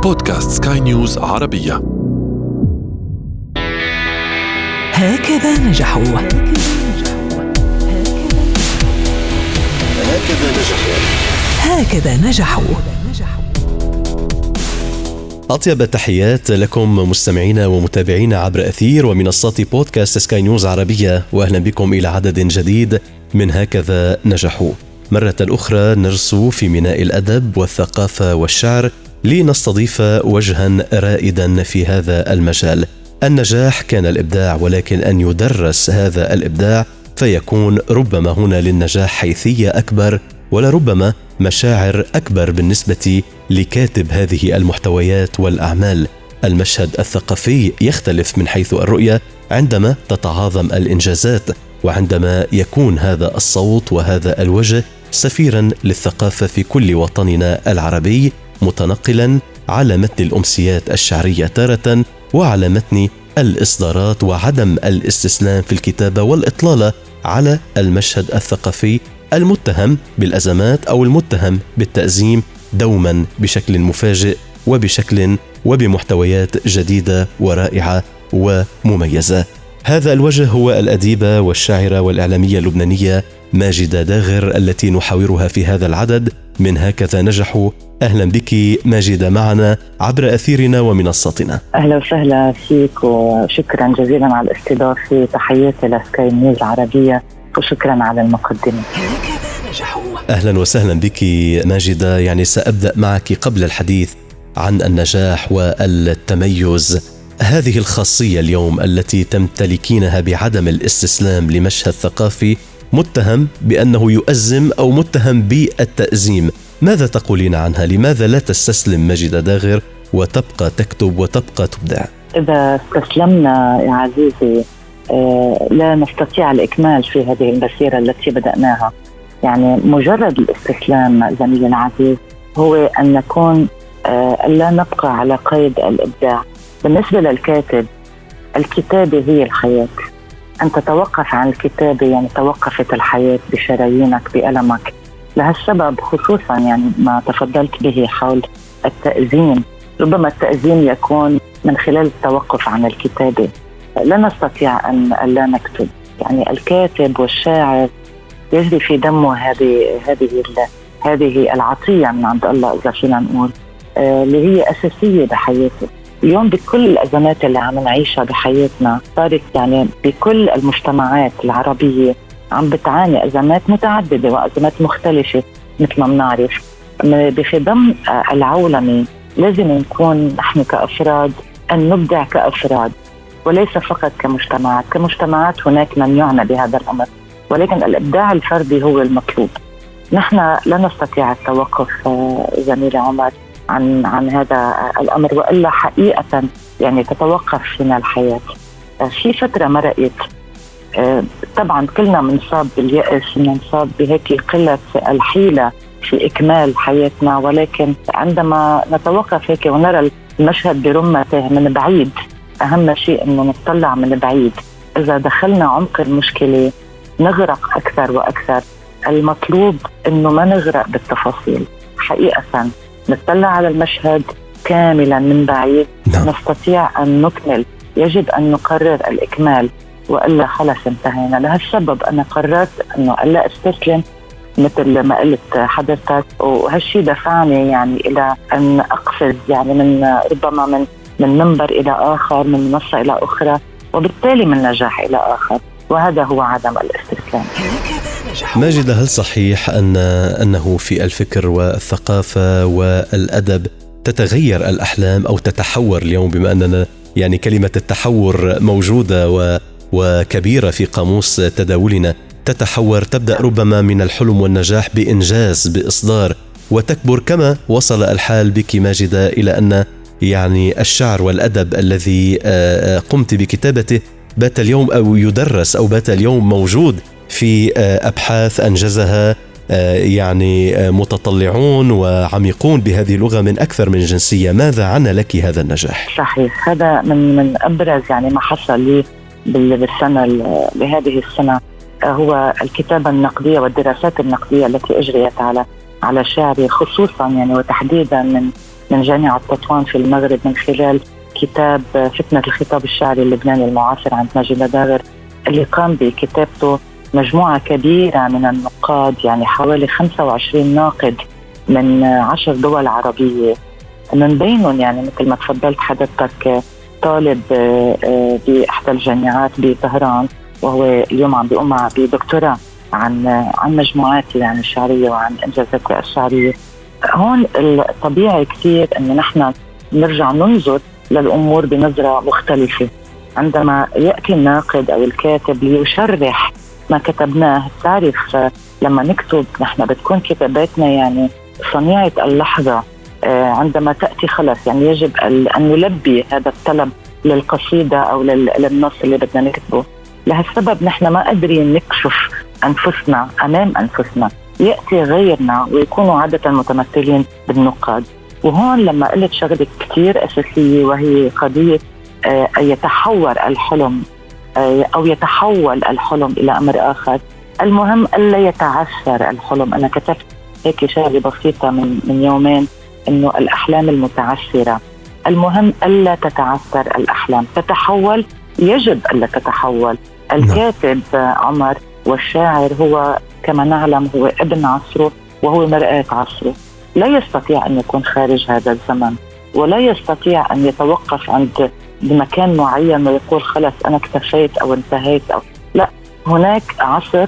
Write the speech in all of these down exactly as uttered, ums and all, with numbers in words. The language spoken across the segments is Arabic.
بودكاست سكاي نيوز عربية. هكذا نجحوا هكذا نجحوا هكذا نجحوا أطيب التحيات لكم مستمعينا ومتابعينا عبر أثير ومنصات بودكاست سكاي نيوز عربية، وأهلا بكم إلى عدد جديد من هكذا نجحوا. مرة أخرى نرسو في ميناء الأدب والثقافة والشعر لنستضيف وجها رائدا في هذا المجال. النجاح كان الإبداع، ولكن أن يدرس هذا الإبداع فيكون ربما هنا للنجاح حيثية أكبر، ولربما مشاعر أكبر بالنسبة لكاتب هذه المحتويات والأعمال. المشهد الثقافي يختلف من حيث الرؤية عندما تتعاظم الإنجازات، وعندما يكون هذا الصوت وهذا الوجه سفيرا للثقافة في كل وطننا العربي، متنقلا على متن الأمسيات الشعرية تارة، وعلى متن الإصدارات، وعدم الاستسلام في الكتابة والإطلالة على المشهد الثقافي المتهم بالأزمات أو المتهم بالتأزيم دوما بشكل مفاجئ وبشكل وبمحتويات جديدة ورائعة ومميزة. هذا الوجه هو الأديبة والشاعرة والإعلامية اللبنانية ماجدة داغر، التي نحاورها في هذا العدد من هكذا نجحوا. أهلا بك ماجدة معنا عبر أثيرنا ومنصتنا. أهلا وسهلا فيك، وشكرا جزيلا على الاستضافة. تحياتي لسكاي نيوز العربية، وشكرا على المقدمة. أهلا وسهلا بك ماجدة. يعني سأبدأ معك قبل الحديث عن النجاح والتميز، هذه الخاصية اليوم التي تمتلكينها بعدم الاستسلام لمشهد ثقافي متهم بأنه يؤزم أو متهم بالتأزيم، ماذا تقولين عنها؟ لماذا لا تستسلم ماجدة داغر وتبقى تكتب وتبقى تبدع؟ إذا استسلمنا يا عزيزي آه لا نستطيع الإكمال في هذه المسيرة التي بدأناها. يعني مجرد الاستسلام زميلي العزيز هو أن نكون آه لا نبقى على قيد الإبداع. بالنسبة للكاتب، الكتابة هي الحياة. أن تتوقف عن الكتابة يعني توقفت الحياة بشرايينك بألمك. لهالسبب خصوصا يعني ما تفضلت به حول التأزيم، ربما التأزيم يكون من خلال التوقف عن الكتابة. لا نستطيع أن لا نكتب. يعني الكاتب والشاعر يجري في دمه هذه هذه هذه العطية من عند الله، إذا فينا نقول آه اللي هي أساسية بحياته. اليوم بكل الأزمات اللي عم نعيشها بحياتنا، صارت يعني بكل المجتمعات العربية عم بتعاني أزمات متعددة وأزمات مختلفة. مثل ما بنعرف بخدم العولمة لازم نكون نحن كأفراد أن نبدع كأفراد، وليس فقط كمجتمعات. كمجتمعات هناك من يعنى بهذا الأمر، ولكن الإبداع الفردي هو المطلوب. نحن لا نستطيع التوقف زميلي عمر عن عن هذا الأمر، وإلا حقيقة يعني تتوقف فينا الحياة. في فترة مرقت طبعا كلنا منصاب باليأس، منصاب بهيك قلة الحيلة في إكمال حياتنا، ولكن عندما نتوقف هيك ونرى المشهد برمته من بعيد، أهم شيء أنه نطلع من بعيد. إذا دخلنا عمق المشكلة نغرق أكثر وأكثر. المطلوب أنه ما نغرق بالتفاصيل، حقيقة نطلع على المشهد كاملا من بعيد. نعم. نستطيع أن نكمل. يجب أن نقرر الإكمال، وإلا خلص انتهينا. لهالسبب أنا قررت أنه ألا أستسلم مثل ما قلت حضرتك، وهالشي دفعني يعني إلى أن أقفز يعني من ربما من من منبر إلى آخر، من منصة إلى أخرى، وبالتالي من نجاح إلى آخر، وهذا هو عدم الاستسلام. ماجدة، هل صحيح أن أنه في الفكر والثقافة والأدب تتغير الأحلام أو تتحور اليوم، بما أننا يعني كلمة التحور موجودة و وكبيرة في قاموس تداولنا؟ تتحور، تبدأ ربما من الحلم والنجاح بإنجاز بإصدار، وتكبر كما وصل الحال بك ماجدة إلى أن يعني الشعر والأدب الذي قمت بكتابته بات اليوم أو يدرس أو بات اليوم موجود في أبحاث أنجزها يعني متطلعون وعميقون بهذه اللغة من أكثر من جنسية. ماذا عنا لك هذا النجاح؟ صحيح، هذا من من أبرز يعني ما حصل لي بالسنة بهذه السنة، هو الكتابة النقدية والدراسات النقدية التي أجريت على على شعري خصوصا يعني وتحديدا من من جامعة تطوان في المغرب من خلال كتاب فتنة الخطاب الشعري اللبناني المعاصر عند ماجد داغر، اللي قام بكتابته مجموعة كبيرة من النقاد، يعني حوالي خمسة وعشرين ناقد من عشر دول عربية، من بينهم يعني مثل ما تفضلت حضرتك طالب بإحدى الجامعات بطهران، وهو اليوم عم بيقوم بدكتوراه عن عن مجموعات يعني الشعرية وعن إنجازات الشعرية. هون الطبيعي كثير أن نحن نرجع ننظر للأمور بنظرة مختلفة. عندما يأتي الناقد أو الكاتب ليشرح ما كتبناه، تعرف لما نكتب نحن بتكون كتاباتنا يعني صنيعة اللحظة، عندما تأتي خلص يعني يجب أن نلبي هذا الطلب للقصيدة أو للنص اللي بدنا نكتبه. لهالسبب نحن ما قادرين نكشف أنفسنا أمام أنفسنا، يأتي غيرنا ويكونوا عادة متمثلين بالنقاد. وهون لما قلت شغلة كتير أساسية، وهي قضية أن يتحول الحلم أو يتحول الحلم إلى أمر آخر. المهم ألا يتعثر الحلم. أنا كتبت هيك شغلة بسيطة من, من يومين، إنه الأحلام المتعثرة، المهم ألا تتعثر الأحلام، تتحول يجب ألا تتحول. الكاتب عمر والشاعر هو كما نعلم هو ابن عصره وهو مرآة عصره، لا يستطيع أن يكون خارج هذا الزمن، ولا يستطيع أن يتوقف عند بمكان معين ويقول خلص أنا اكتفيت أو انتهيت أو لا. هناك عصر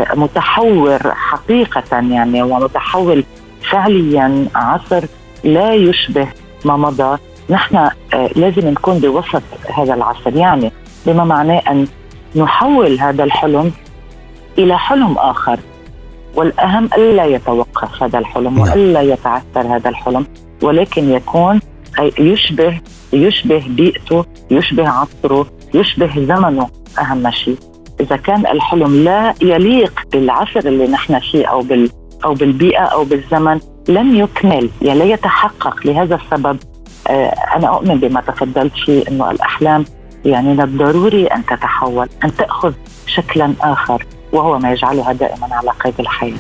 متحور حقيقة يعني، ومتحول فعليا، عصر لا يشبه ما مضى. نحن لازم نكون بوسط هذا العصر، يعني بما معناه أن نحول هذا الحلم إلى حلم آخر، والأهم ألا يتوقف هذا الحلم وألا يتعثر هذا الحلم، ولكن يكون يشبه يشبه بيئته، يشبه عصره، يشبه زمنه. أهم شيء إذا كان الحلم لا يليق بالعصر اللي نحن فيه أو بال أو بالبيئة أو بالزمن لن يكمل، يعني لا يتحقق. لهذا السبب أنا أؤمن بما تفضلت فيه، إنه الأحلام يعني من الضروري أن تتحول، أن تأخذ شكلا آخر، وهو ما يجعلها دائما على قيد الحياة.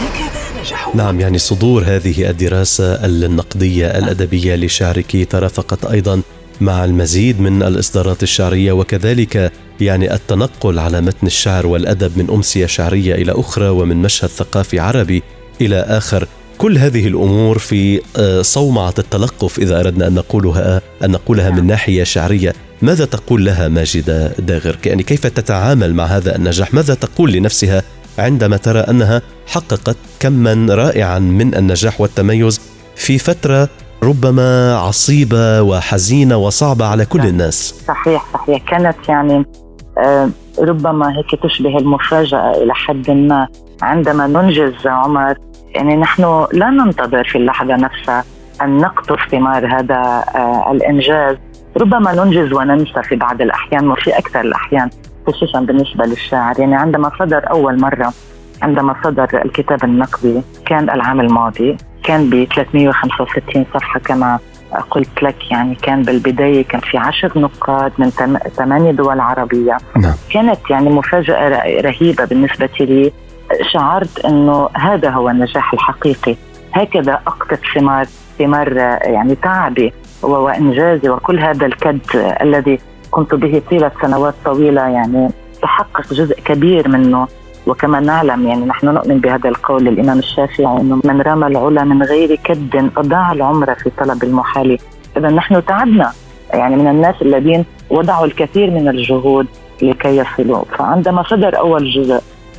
نعم، يعني صدور هذه الدراسة النقدية الأدبية لشعرك ترافقت أيضا مع المزيد من الإصدارات الشعرية، وكذلك يعني التنقل على متن الشعر والأدب من أمسية شعرية إلى أخرى، ومن مشهد ثقافي عربي إلى آخر. كل هذه الأمور في صومعة التلقف إذا أردنا أن نقولها أن نقولها من ناحية شعرية. ماذا تقول لها ماجدة داغر؟ يعني كيف تتعامل مع هذا النجاح؟ ماذا تقول لنفسها عندما ترى أنها حققت كما رائعا من النجاح والتميز في فترة ربما عصيبة وحزينة وصعبة على كل الناس؟ صحيح صحيح كانت يعني آه ربما هيك تشبه المفاجأة إلى حد ما عندما ننجز عمر. يعني نحن لا ننتظر في اللحظة نفسها أن نقطف ثمار هذا آه الإنجاز، ربما ننجز وننسى في بعض الأحيان وفي أكثر الأحيان، خصوصا بالنسبة للشاعر. يعني عندما صدر أول مرة عندما صدر الكتاب النقدي كان العام الماضي، كان ب ثلاثمئة وخمسة وستين صفحة كما قلت لك، يعني كان بالبداية كان في عشر نقاد من ثمانية دول عربية. نعم. كانت يعني مفاجأة رهيبة بالنسبة لي. شعرت أنه هذا هو النجاح الحقيقي، هكذا أقطف ثمار ثمار يعني تعبي وإنجازي، وكل هذا الكد الذي كنت به طيلة سنوات طويلة يعني تحقق جزء كبير منه. وكما نعلم يعني نحن نؤمن بهذا القول للإمام الشافعي إنه من رمى العلا من غير كد أضاع العمر في طلب المحال. إذا نحن تعبنا يعني من الناس الذين وضعوا الكثير من الجهود لكي يصلوا. فعندما صدر أول جزء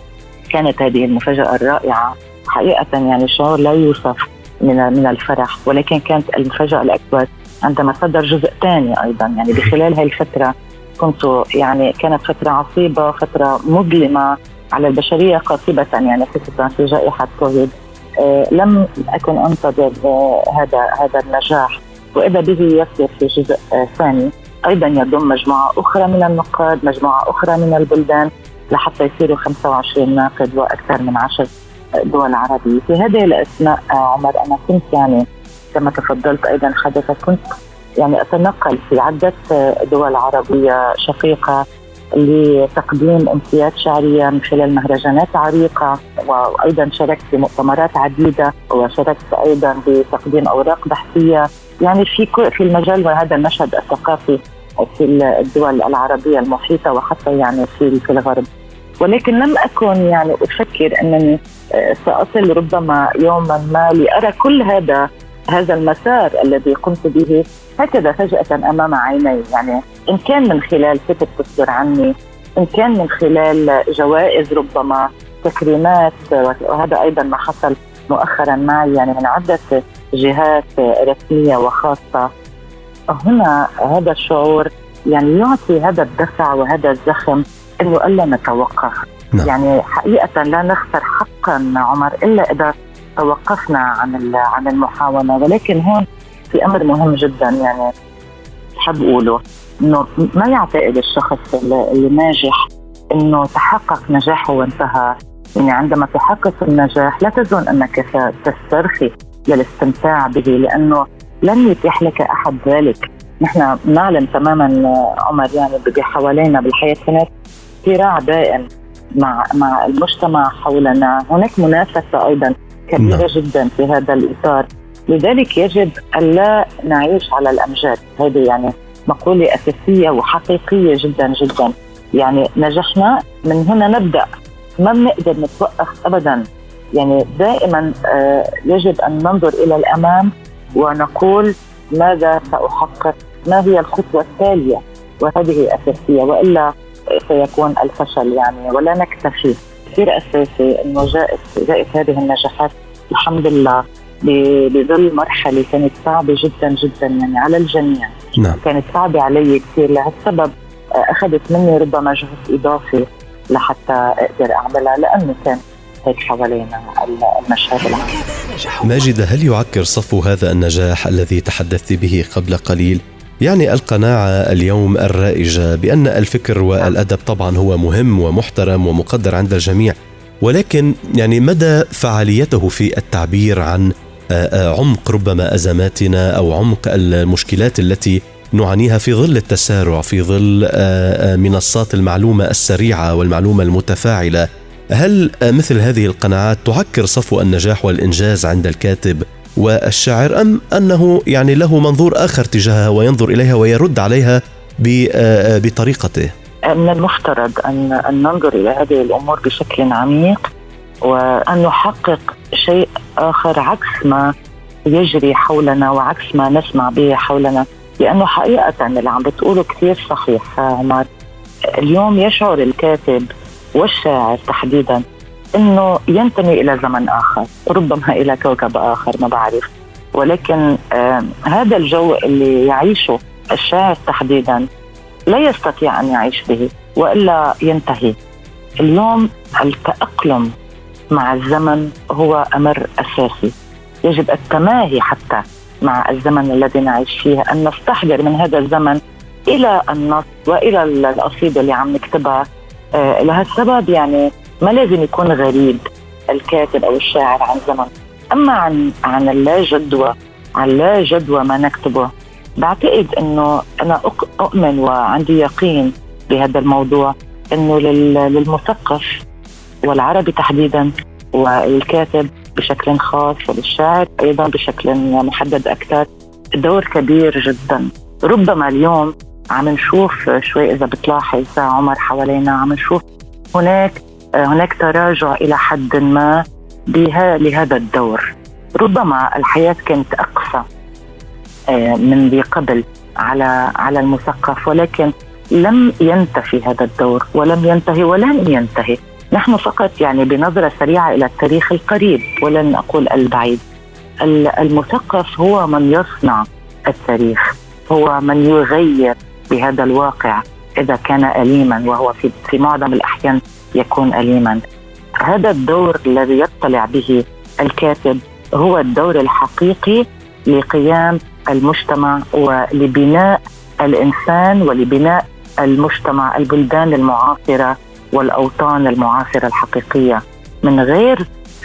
كانت هذه المفاجأة الرائعة حقيقة، يعني شعور لا يوصف من من الفرح. ولكن كانت المفاجأة الأكبر عندما صدر جزء ثاني أيضا. يعني بخلال هاي الفترة كنت يعني كانت فترة عصيبة، فترة مظلمة على البشرية قاطبة، يعني خصوصا في جائحة كوفيد. آه لم أكن أنتظر آه هذا هذا النجاح، وإذا به يصير في جزء آه ثاني أيضا يضم مجموعة أخرى من النقاد، مجموعة أخرى من البلدان، لحتى يصيروا خمسة وعشرين ناقد وأكثر من عشر دول عربية. في هذه الأثناء آه عمر أنا كنت يعني كما تفضلت أيضا حدثت، كنت يعني أتنقل في عدة دول عربية شقيقة لتقديم أمسيات شعرية من خلال مهرجانات عريقة، وأيضا شاركت في مؤتمرات عديدة، وشاركت أيضا بتقديم أوراق بحثية يعني في في المجال وهذا المشهد الثقافي في الدول العربية المحيطة وحتى يعني في في الغرب. ولكن لم أكن يعني أفكر أنني سأصل ربما يوما ما لأرى كل هذا هذا المسار الذي قمت به هكذا فجأة أمام عيني، يعني إن كان من خلال كتب تصدر عني، إن كان من خلال جوائز ربما تكريمات، وهذا أيضا ما حصل مؤخرا معي يعني من عدة جهات رسمية وخاصة. هنا هذا الشعور يعني يعطي هذا الدفع وهذا الزخم إنه ألا نتوقف. نعم. يعني حقيقة لا نخسر حقا عمر إلا إذا توقفنا عن عن المحاولة. ولكن هون في أمر مهم جدا يعني حاب أقوله، إنه ما يعتقد الشخص اللي ناجح إنه تحقق نجاحه وانتهى. يعني عندما تحقق النجاح لا تظن أنك ستسترخي للاستمتاع به، لأنه لن يتيح لك أحد ذلك. نحن نعلم تماما عمر يعني بحوالينا بالحياة هناك صراع دائم مع مع المجتمع حولنا، هناك منافسة أيضا كبيرة نعم. جدا في هذا الإطار. لذلك يجب ألا نعيش على الأمجاد. هذه يعني مقولة أساسية وحقيقية جدا جدا. يعني نجحنا من هنا نبدأ، ما بنقدر نتوقف أبدا. يعني دائما آه يجب أن ننظر إلى الأمام ونقول ماذا سأحقق، ما هي الخطوة التالية، وهذه أساسية، وإلا سيكون الفشل يعني ولا نكتفي. كثير أساسي أنه جاءت جاءت هذه النجاحات الحمد لله بظل مرحلة كانت صعبة جدا جدا يعني على الجميع. نعم. كانت صعبة علي كثير، لهالسبب أخذت مني ربما جهد إضافي لحتى أقدر أعملها، لأنه كان هيك حوالينا المشهد العام. ماجدة، هل يعكر صفو هذا النجاح الذي تحدثت به قبل قليل يعني القناعة اليوم الرائجة بأن الفكر والأدب طبعا هو مهم ومحترم ومقدر عند الجميع، ولكن يعني مدى فعاليته في التعبير عن عمق ربما أزماتنا أو عمق المشكلات التي نعانيها في ظل التسارع، في ظل منصات المعلومة السريعة والمعلومة المتفاعلة؟ هل مثل هذه القناعات تعكر صفو النجاح والإنجاز عند الكاتب والشاعر، أم أنه يعني له منظور آخر تجاهها وينظر إليها ويرد عليها بطريقته؟ من المفترض أن ننظر إلى هذه الأمور بشكل عميق، وأن نحقق شيء آخر عكس ما يجري حولنا وعكس ما نسمع به حولنا. لأنه حقيقة اللي عم بتقوله كثير صحيح عمر. اليوم يشعر الكاتب والشاعر تحديدا إنه ينتمي إلى زمن آخر، ربما إلى كوكب آخر ما بعرف، ولكن آه هذا الجو اللي يعيشه الشاعر تحديدا لا يستطيع أن يعيش به وإلا ينتهي. اليوم التأقلم مع الزمن هو أمر أساسي. يجب التماهي حتى مع الزمن الذي نعيش فيه، أن نستحضر من هذا الزمن إلى النص وإلى القصيدة اللي عم نكتبها. آه لهالسبب يعني ما لازم يكون غريب الكاتب أو الشاعر عن زمن. أما عن عن اللا جدوى عن لا جدوى ما نكتبه، بعتقد أنه أنا أؤمن وعندي يقين بهذا الموضوع أنه للمثقف والعربي تحديدا والكاتب بشكل خاص وللشاعر أيضا بشكل محدد أكثر دور كبير جدا. ربما اليوم عم نشوف شوي إذا بتلاحظ عمر حوالينا، عم نشوف هناك هناك تراجع إلى حد ما بها لهذا الدور. ربما الحياة كانت أقصى من ذي قبل على على المثقف، ولكن لم ينتهي هذا الدور ولم ينتهي ولن ينتهي. نحن فقط يعني بنظرة سريعة إلى التاريخ القريب ولن أقول البعيد، المثقف هو من يصنع التاريخ، هو من يغير بهذا الواقع إذا كان أليما، وهو في, في معظم الأحيان يكون أليما. هذا الدور الذي يطلع به الكاتب هو الدور الحقيقي لقيام المجتمع ولبناء الإنسان ولبناء المجتمع، البلدان المعاصرة والأوطان المعاصرة الحقيقية. من غير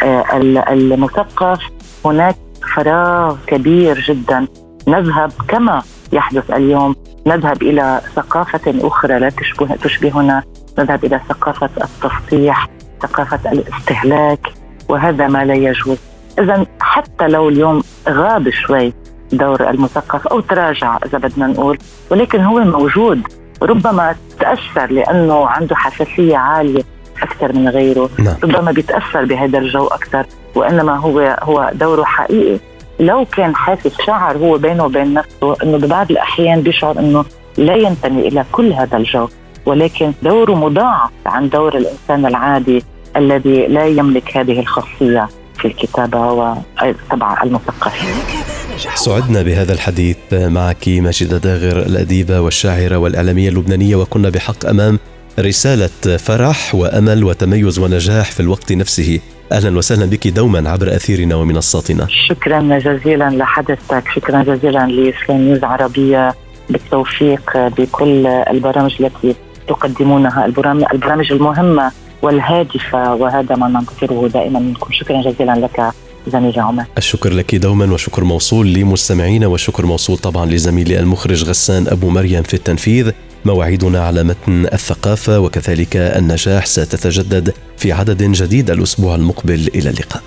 المثقف هناك فراغ كبير جدا. نذهب كما يحدث اليوم، نذهب إلى ثقافة أخرى لا تشبه تشبهنا، نذهب إلى ثقافة التسطيح، ثقافة الاستهلاك، وهذا ما لا يجوز. إذن حتى لو اليوم غاب شوي دور المثقف أو تراجع إذا بدنا نقول، ولكن هو موجود. ربما تأثر لأنه عنده حساسية عالية أكثر من غيره، نعم. ربما بيتأثر بهذا الجو أكثر، وإنما هو هو دوره حقيقي. لو كان حاسس شعر هو بينه وبين نفسه أنه ببعض الأحيان بيشعر أنه لا ينتمي إلى كل هذا الجو، ولكن دوره مضاعف عن دور الإنسان العادي الذي لا يملك هذه الخاصية في الكتابة وتبع المثقف. سعدنا بهذا الحديث معك ماجدة داغر، الأديبة والشاعرة والإعلامية اللبنانية، وكنا بحق أمام رسالة فرح وأمل وتميز ونجاح في الوقت نفسه. أهلا وسهلا بك دوما عبر أثيرنا ومنصاتنا. شكرا جزيلا لحدثك، شكرا جزيلا لسكاي نيوز عربية، بالتوفيق بكل البرامج التي تقدمونها، البرامج المهمة والهادفة، وهذا ما ننتظره دائما منكم. شكرا جزيلا لك زميلي عمر. الشكر لك دوما، وشكر موصول لمستمعينا، وشكر موصول طبعا لزميلي المخرج غسان أبو مريم في التنفيذ. مواعيدنا على متن الثقافة وكذلك النجاح ستتجدد في عدد جديد الأسبوع المقبل. إلى اللقاء.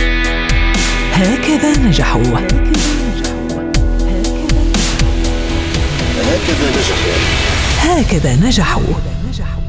هكذا نجحوا هكذا نجحوا هكذا نجحوا